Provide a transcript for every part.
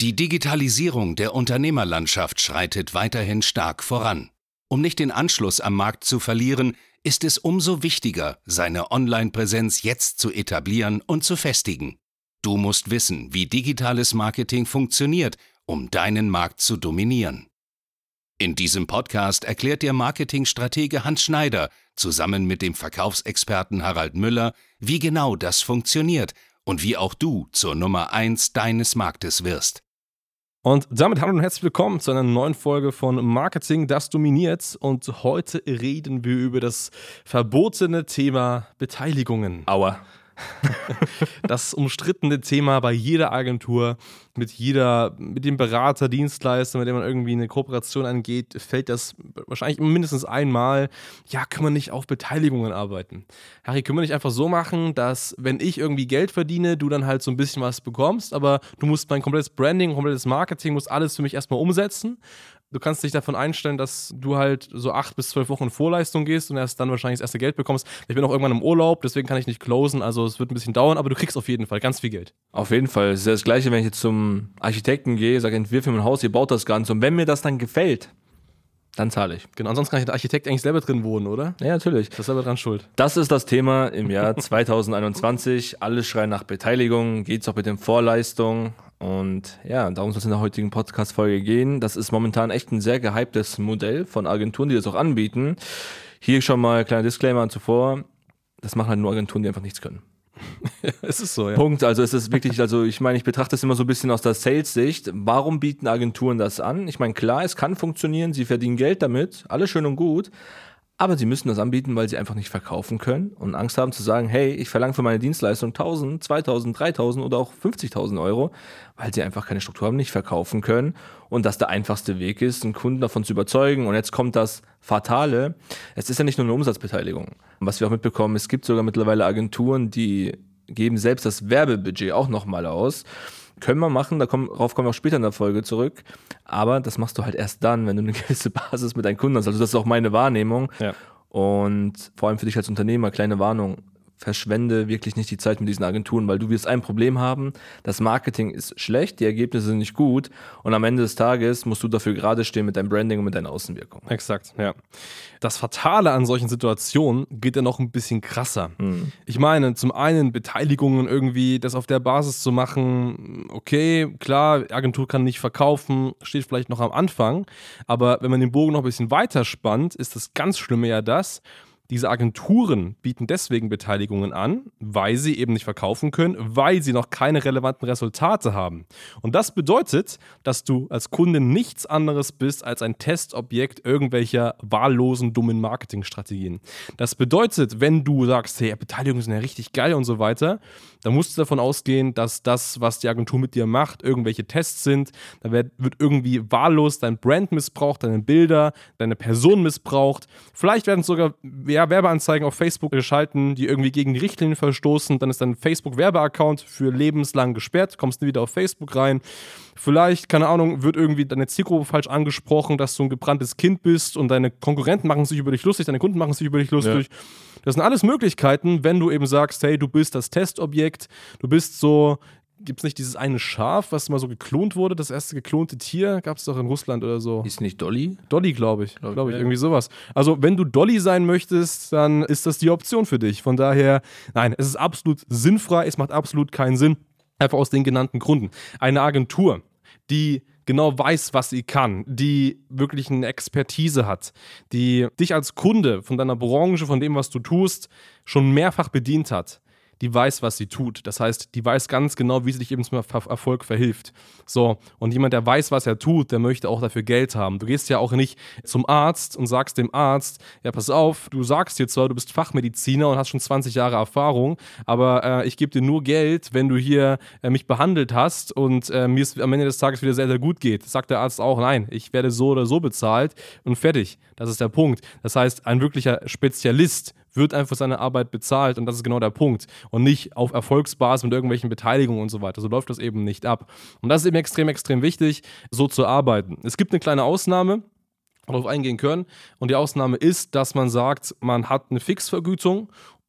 Die Digitalisierung der Unternehmerlandschaft schreitet weiterhin stark voran. Um nicht den Anschluss am Markt zu verlieren, ist es umso wichtiger, seine Online-Präsenz jetzt zu etablieren und zu festigen. Du musst wissen, wie digitales Marketing funktioniert, um deinen Markt zu dominieren. In diesem Podcast erklärt dir Marketingstratege Hans Schneider zusammen mit dem Verkaufsexperten Harald Müller, wie genau das funktioniert und wie auch du zur Nummer 1 deines Marktes wirst. Und damit hallo und herzlich willkommen zu einer neuen Folge von Marketing, das dominiert. Und heute reden wir über das verbotene Thema Beteiligungen. Aua. Das umstrittene Thema bei jeder Agentur, mit dem Berater, Dienstleister, mit dem man irgendwie eine Kooperation angeht, fällt das wahrscheinlich mindestens einmal, ja, können wir nicht auf Beteiligungen arbeiten. Harry, können wir nicht einfach so machen, dass wenn ich irgendwie Geld verdiene, du dann halt so ein bisschen was bekommst, aber du musst mein komplettes Branding, komplettes Marketing, musst alles für mich erstmal umsetzen. Du kannst dich davon einstellen, dass du halt so 8 bis 12 Wochen in Vorleistung gehst und erst dann wahrscheinlich das erste Geld bekommst. Ich bin auch irgendwann im Urlaub, deswegen kann ich nicht closen, also es wird ein bisschen dauern, aber du kriegst auf jeden Fall ganz viel Geld. Auf jeden Fall. Es ist ja das Gleiche, wenn ich jetzt zum Architekten gehe, sage, entwirf mir ein Haus, ihr baut das Ganze. Und wenn mir das dann gefällt, dann zahle ich. Genau, ansonsten kann der Architekt eigentlich selber drin wohnen, oder? Ja, natürlich. Das ist selber dran schuld. Das ist das Thema im Jahr 2021. Alle schreien nach Beteiligung, geht's auch mit den Vorleistungen. Und ja, darum soll es in der heutigen Podcast-Folge gehen. Das ist momentan echt ein sehr gehyptes Modell von Agenturen, die das auch anbieten. Hier schon mal ein kleiner Disclaimer zuvor. Das machen halt nur Agenturen, die einfach nichts können. Es ist so, ja. Punkt. Also es ist wirklich, ich meine, ich betrachte es immer so ein bisschen aus der Sales-Sicht. Warum bieten Agenturen das an? Ich meine, klar, es kann funktionieren, sie verdienen Geld damit, alles schön und gut. Aber sie müssen das anbieten, weil sie einfach nicht verkaufen können und Angst haben zu sagen, hey, ich verlange für meine Dienstleistung 1.000, 2.000, 3.000 oder auch 50.000 Euro, weil sie einfach keine Struktur haben, nicht verkaufen können und das der einfachste Weg ist, einen Kunden davon zu überzeugen. Und jetzt kommt das Fatale, es ist ja nicht nur eine Umsatzbeteiligung. Was wir auch mitbekommen, es gibt sogar mittlerweile Agenturen, die geben selbst das Werbebudget auch nochmal aus. Können wir machen, darauf kommen wir auch später in der Folge zurück. Aber das machst du halt erst dann, wenn du eine gewisse Basis mit deinen Kunden hast. Also das ist auch meine Wahrnehmung. Ja. Und vor allem für dich als Unternehmer, kleine Warnung, verschwende wirklich nicht die Zeit mit diesen Agenturen, weil du wirst ein Problem haben, das Marketing ist schlecht, die Ergebnisse sind nicht gut und am Ende des Tages musst du dafür gerade stehen mit deinem Branding und mit deiner Außenwirkung. Exakt, ja. Das Fatale an solchen Situationen geht ja noch ein bisschen krasser. Ich meine, zum einen Beteiligungen irgendwie, das auf der Basis zu machen, okay, klar, Agentur kann nicht verkaufen, steht vielleicht noch am Anfang, aber wenn man den Bogen noch ein bisschen weiter spannt, ist das ganz Schlimme ja das, diese Agenturen bieten deswegen Beteiligungen an, weil sie eben nicht verkaufen können, weil sie noch keine relevanten Resultate haben. Und das bedeutet, dass du als Kunde nichts anderes bist als ein Testobjekt irgendwelcher wahllosen, dummen Marketingstrategien. Das bedeutet, wenn du sagst, hey, Beteiligungen sind ja richtig geil und so weiter, dann musst du davon ausgehen, dass das, was die Agentur mit dir macht, irgendwelche Tests sind. Da wird irgendwie wahllos dein Brand missbraucht, deine Bilder, deine Person missbraucht. Vielleicht werden sogar Werbeanzeigen auf Facebook geschalten, die irgendwie gegen die Richtlinien verstoßen. Dann ist dein Facebook-Werbeaccount für lebenslang gesperrt, kommst nie wieder auf Facebook rein. Vielleicht, keine Ahnung, wird irgendwie deine Zielgruppe falsch angesprochen, dass du ein gebranntes Kind bist und deine Konkurrenten machen sich über dich lustig, deine Kunden machen sich über dich lustig. Ja. Das sind alles Möglichkeiten, wenn du eben sagst, hey, du bist das Testobjekt, du bist so, gibt's nicht dieses eine Schaf, was mal so geklont wurde, das erste geklonte Tier, gab's doch in Russland oder so. Ist nicht Dolly? Dolly, glaube ich, irgendwie sowas. Also, wenn du Dolly sein möchtest, dann ist das die Option für dich. Von daher, nein, es ist absolut sinnfrei, es macht absolut keinen Sinn, einfach aus den genannten Gründen. Eine Agentur, die genau weiß, was sie kann, die wirklich eine Expertise hat, die dich als Kunde von deiner Branche, von dem, was du tust, schon mehrfach bedient hat, die weiß, was sie tut. Das heißt, die weiß ganz genau, wie sie dich eben zum Erfolg verhilft. So, und jemand, der weiß, was er tut, der möchte auch dafür Geld haben. Du gehst ja auch nicht zum Arzt und sagst dem Arzt, ja, pass auf, du sagst dir zwar, du bist Fachmediziner und hast schon 20 Jahre Erfahrung, aber ich gebe dir nur Geld, wenn du hier mich behandelt hast und mir es am Ende des Tages wieder sehr, sehr gut geht. Sagt der Arzt auch, nein, ich werde so oder so bezahlt und fertig. Das ist der Punkt. Das heißt, ein wirklicher Spezialist wird einfach seine Arbeit bezahlt und das ist genau der Punkt. Und nicht auf Erfolgsbasis mit irgendwelchen Beteiligungen und so weiter. So läuft das eben nicht ab. Und das ist eben extrem, extrem wichtig, so zu arbeiten. Es gibt eine kleine Ausnahme, darauf eingehen können. Und die Ausnahme ist, dass man sagt, man hat eine Fixvergütung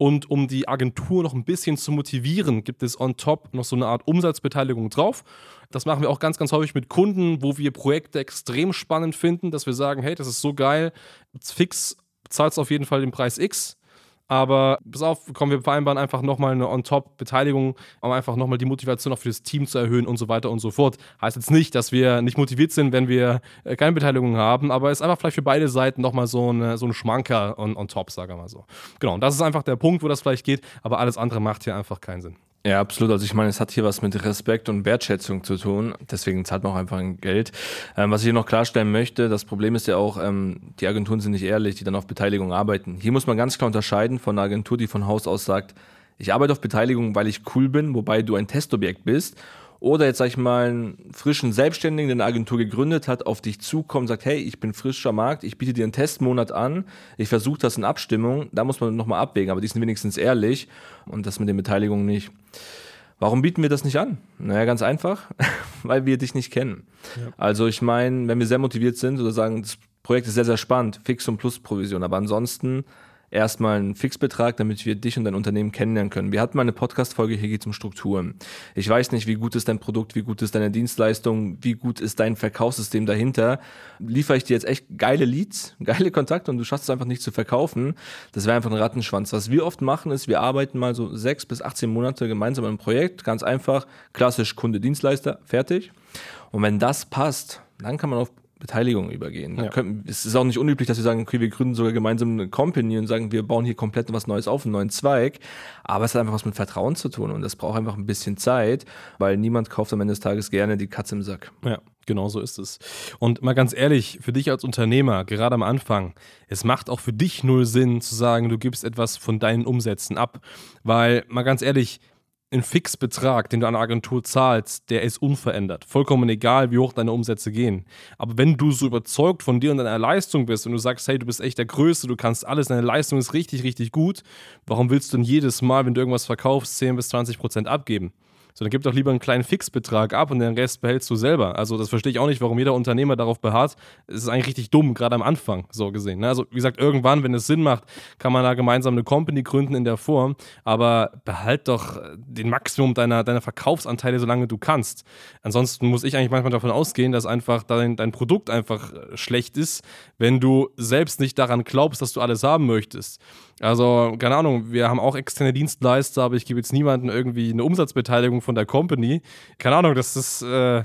Und um die Agentur noch ein bisschen zu motivieren, gibt es on top noch so eine Art Umsatzbeteiligung drauf. Das machen wir auch ganz, ganz häufig mit Kunden, wo wir Projekte extrem spannend finden, dass wir sagen, hey, das ist so geil, fix zahlst auf jeden Fall den Preis X. Aber pass auf, komm, wir vereinbaren einfach nochmal eine On-Top-Beteiligung, um einfach nochmal die Motivation auch für das Team zu erhöhen und so weiter und so fort. Heißt jetzt nicht, dass wir nicht motiviert sind, wenn wir keine Beteiligung haben, aber ist einfach vielleicht für beide Seiten nochmal so ein Schmanker on top, sagen wir mal so. Genau, und das ist einfach der Punkt, wo das vielleicht geht, aber alles andere macht hier einfach keinen Sinn. Ja, absolut. Also ich meine, es hat hier was mit Respekt und Wertschätzung zu tun. Deswegen zahlt man auch einfach ein Geld. Was ich hier noch klarstellen möchte, das Problem ist ja auch, die Agenturen sind nicht ehrlich, die dann auf Beteiligung arbeiten. Hier muss man ganz klar unterscheiden von einer Agentur, die von Haus aus sagt, ich arbeite auf Beteiligung, weil ich cool bin, wobei du ein Testobjekt bist. Oder jetzt, sag ich mal, einen frischen Selbstständigen, der eine Agentur gegründet hat, auf dich zukommt und sagt, hey, ich bin frischer Markt, ich biete dir einen Testmonat an, ich versuche das in Abstimmung, da muss man nochmal abwägen, aber die sind wenigstens ehrlich und das mit den Beteiligungen nicht. Warum bieten wir das nicht an? Naja, ganz einfach, weil wir dich nicht kennen. Ja. Also ich meine, wenn wir sehr motiviert sind oder sagen, das Projekt ist sehr, sehr spannend, Fix- und Plus-Provision, aber ansonsten erstmal einen Fixbetrag, damit wir dich und dein Unternehmen kennenlernen können. Wir hatten mal eine Podcast-Folge, hier geht es um Strukturen. Ich weiß nicht, wie gut ist dein Produkt, wie gut ist deine Dienstleistung, wie gut ist dein Verkaufssystem dahinter. Liefere ich dir jetzt echt geile Leads, geile Kontakte und du schaffst es einfach nicht zu verkaufen, das wäre einfach ein Rattenschwanz. Was wir oft machen ist, wir arbeiten mal so 6 bis 18 Monate gemeinsam an einem Projekt, ganz einfach, klassisch Kunde, Dienstleister, fertig. Und wenn das passt, dann kann man auf Beteiligung übergehen. Ja. Es ist auch nicht unüblich, dass wir sagen, okay, wir gründen sogar gemeinsam eine Company und sagen, wir bauen hier komplett was Neues auf, einen neuen Zweig. Aber es hat einfach was mit Vertrauen zu tun und das braucht einfach ein bisschen Zeit, weil niemand kauft am Ende des Tages gerne die Katze im Sack. Ja, genau so ist es. Und mal ganz ehrlich, für dich als Unternehmer, gerade am Anfang, es macht auch für dich null Sinn zu sagen, du gibst etwas von deinen Umsätzen ab. Weil, mal ganz ehrlich, ein Fixbetrag, den du an eine Agentur zahlst, der ist unverändert. Vollkommen egal, wie hoch deine Umsätze gehen. Aber wenn du so überzeugt von dir und deiner Leistung bist und du sagst, hey, du bist echt der Größte, du kannst alles, deine Leistung ist richtig, richtig gut, warum willst du denn jedes Mal, wenn du irgendwas verkaufst, 10-20% abgeben? So, dann gib doch lieber einen kleinen Fixbetrag ab und den Rest behältst du selber. Also das verstehe ich auch nicht, warum jeder Unternehmer darauf beharrt. Es ist eigentlich richtig dumm, gerade am Anfang so gesehen. Ne? Also wie gesagt, irgendwann, wenn es Sinn macht, kann man da gemeinsam eine Company gründen in der Form, aber behalt doch den Maximum deiner Verkaufsanteile, solange du kannst. Ansonsten muss ich eigentlich manchmal davon ausgehen, dass einfach dein Produkt einfach schlecht ist, wenn du selbst nicht daran glaubst, dass du alles haben möchtest. Also, keine Ahnung, wir haben auch externe Dienstleister, aber ich gebe jetzt niemandem irgendwie eine Umsatzbeteiligung von der Company. Keine Ahnung, das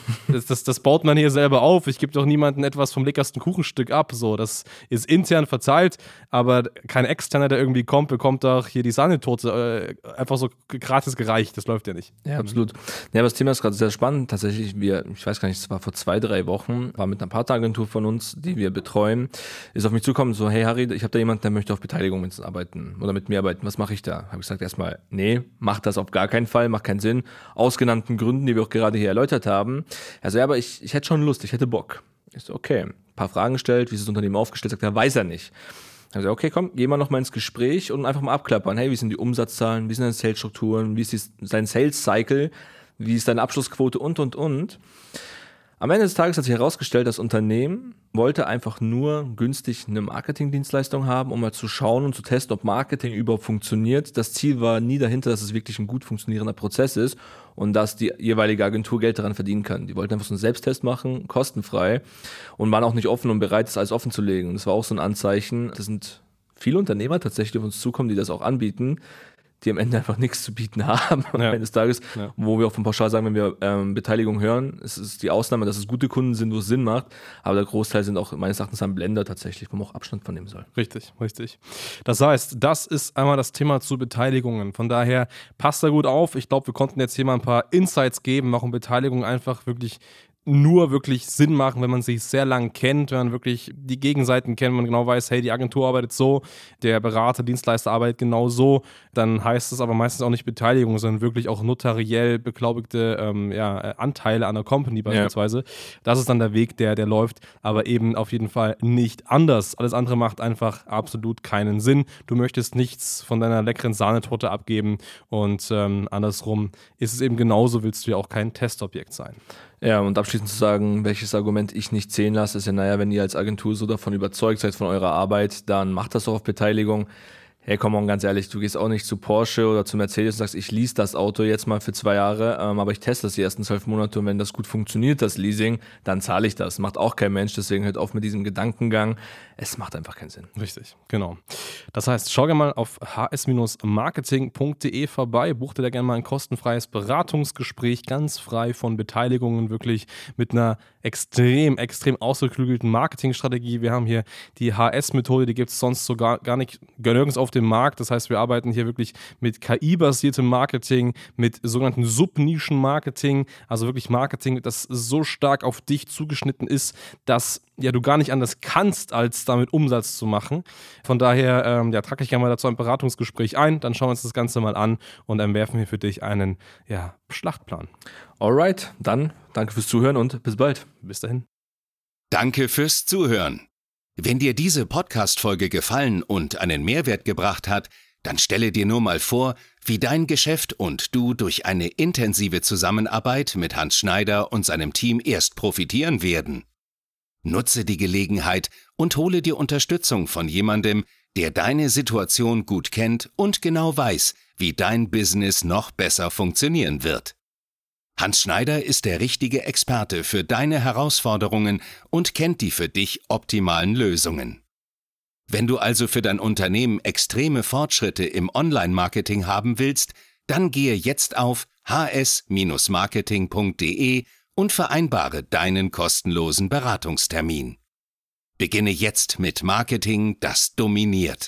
baut man hier selber auf. Ich gebe doch niemandem etwas vom leckersten Kuchenstück ab. So, das ist intern verzahlt, aber kein Externer, der irgendwie kommt, bekommt doch hier die Sahnetorte einfach so gratis gereicht. Das läuft ja nicht. Ja, absolut. Ja, aber das Thema ist gerade sehr spannend. Tatsächlich, ich weiß gar nicht, es war vor 2-3 Wochen, war mit einer Partneragentur von uns, die wir betreuen, ist auf mich zugekommen, so, hey Harry, ich habe da jemanden, der möchte auf Beteiligung mit uns arbeiten oder mit mir arbeiten. Was mache ich da? Habe ich gesagt, erstmal, nee, mach das auf gar keinen Fall, macht keinen Sinn. Aus genannten Gründen, die wir auch gerade hier erläutert haben. Also ja, aber ich hätte schon Lust, ich hätte Bock. Ich so, okay, ein paar Fragen gestellt, wie ist das Unternehmen aufgestellt? Sagt er, weiß er nicht. Also okay, komm, gehen wir nochmal ins Gespräch und einfach mal abklappern. Hey, wie sind die Umsatzzahlen, wie sind deine Sales-Strukturen, wie ist dein Sales-Cycle, wie ist deine Abschlussquote und. Am Ende des Tages hat sich herausgestellt, das Unternehmen wollte einfach nur günstig eine Marketingdienstleistung haben, um mal zu schauen und zu testen, ob Marketing überhaupt funktioniert. Das Ziel war nie dahinter, dass es wirklich ein gut funktionierender Prozess ist und dass die jeweilige Agentur Geld daran verdienen kann. Die wollten einfach so einen Selbsttest machen, kostenfrei und waren auch nicht offen und bereit, das alles offen zu legen. Und das war auch so ein Anzeichen. Das sind viele Unternehmer tatsächlich, die auf uns zukommen, die das auch anbieten, die am Ende einfach nichts zu bieten haben am Ende des Tages, wo wir auch vom Pauschal sagen, wenn wir Beteiligung hören, es ist die Ausnahme, dass es gute Kunden sind, wo es Sinn macht, aber der Großteil sind auch meines Erachtens ein Blender tatsächlich, wo man auch Abstand von nehmen soll. Richtig. Das heißt, das ist einmal das Thema zu Beteiligungen. Von daher passt da gut auf. Ich glaube, wir konnten jetzt hier mal ein paar Insights geben, warum Beteiligungen einfach wirklich Sinn machen, wenn man sich sehr lang kennt, wenn man wirklich die Gegenseiten kennt, man genau weiß, hey, die Agentur arbeitet so, der Berater, Dienstleister arbeitet genau so, dann heißt es aber meistens auch nicht Beteiligung, sondern wirklich auch notariell beglaubigte Anteile an der Company beispielsweise. Ja. Das ist dann der Weg, der läuft, aber eben auf jeden Fall nicht anders. Alles andere macht einfach absolut keinen Sinn. Du möchtest nichts von deiner leckeren Sahnetorte abgeben und andersrum ist es eben genauso, willst du ja auch kein Testobjekt sein. Ja, und abschließend zu sagen, welches Argument ich nicht zählen lasse, ist ja, wenn ihr als Agentur so davon überzeugt seid von eurer Arbeit, dann macht das doch auf Beteiligung. Hey, komm on, ganz ehrlich, du gehst auch nicht zu Porsche oder zu Mercedes und sagst, ich lease das Auto jetzt mal für 2 Jahre, aber ich teste das die ersten 12 Monate und wenn das gut funktioniert, das Leasing, dann zahle ich das. Macht auch kein Mensch, deswegen hört auf mit diesem Gedankengang. Es macht einfach keinen Sinn. Richtig, genau. Das heißt, schau gerne mal auf hs-marketing.de vorbei, buch dir da gerne mal ein kostenfreies Beratungsgespräch, ganz frei von Beteiligungen, wirklich mit einer extrem ausgeklügelten Marketingstrategie. Wir haben hier die HS-Methode, die gibt es sonst so gar nicht nirgends auf dem Markt. Das heißt, wir arbeiten hier wirklich mit KI-basiertem Marketing, mit sogenannten Subnischen-Marketing, also wirklich Marketing, das so stark auf dich zugeschnitten ist, dass du gar nicht anders kannst, als damit Umsatz zu machen. Von daher trage ich gerne mal dazu ein Beratungsgespräch ein, dann schauen wir uns das Ganze mal an und werfen wir für dich einen Schlachtplan. Alright, dann danke fürs Zuhören und bis bald. Bis dahin. Danke fürs Zuhören. Wenn dir diese Podcast-Folge gefallen und einen Mehrwert gebracht hat, dann stelle dir nur mal vor, wie dein Geschäft und du durch eine intensive Zusammenarbeit mit Hans Schneider und seinem Team erst profitieren werden. Nutze die Gelegenheit und hole dir Unterstützung von jemandem, der deine Situation gut kennt und genau weiß, wie dein Business noch besser funktionieren wird. Hans Schneider ist der richtige Experte für deine Herausforderungen und kennt die für dich optimalen Lösungen. Wenn du also für dein Unternehmen extreme Fortschritte im Online-Marketing haben willst, dann gehe jetzt auf hs-marketing.de und vereinbare deinen kostenlosen Beratungstermin. Beginne jetzt mit Marketing, das dominiert.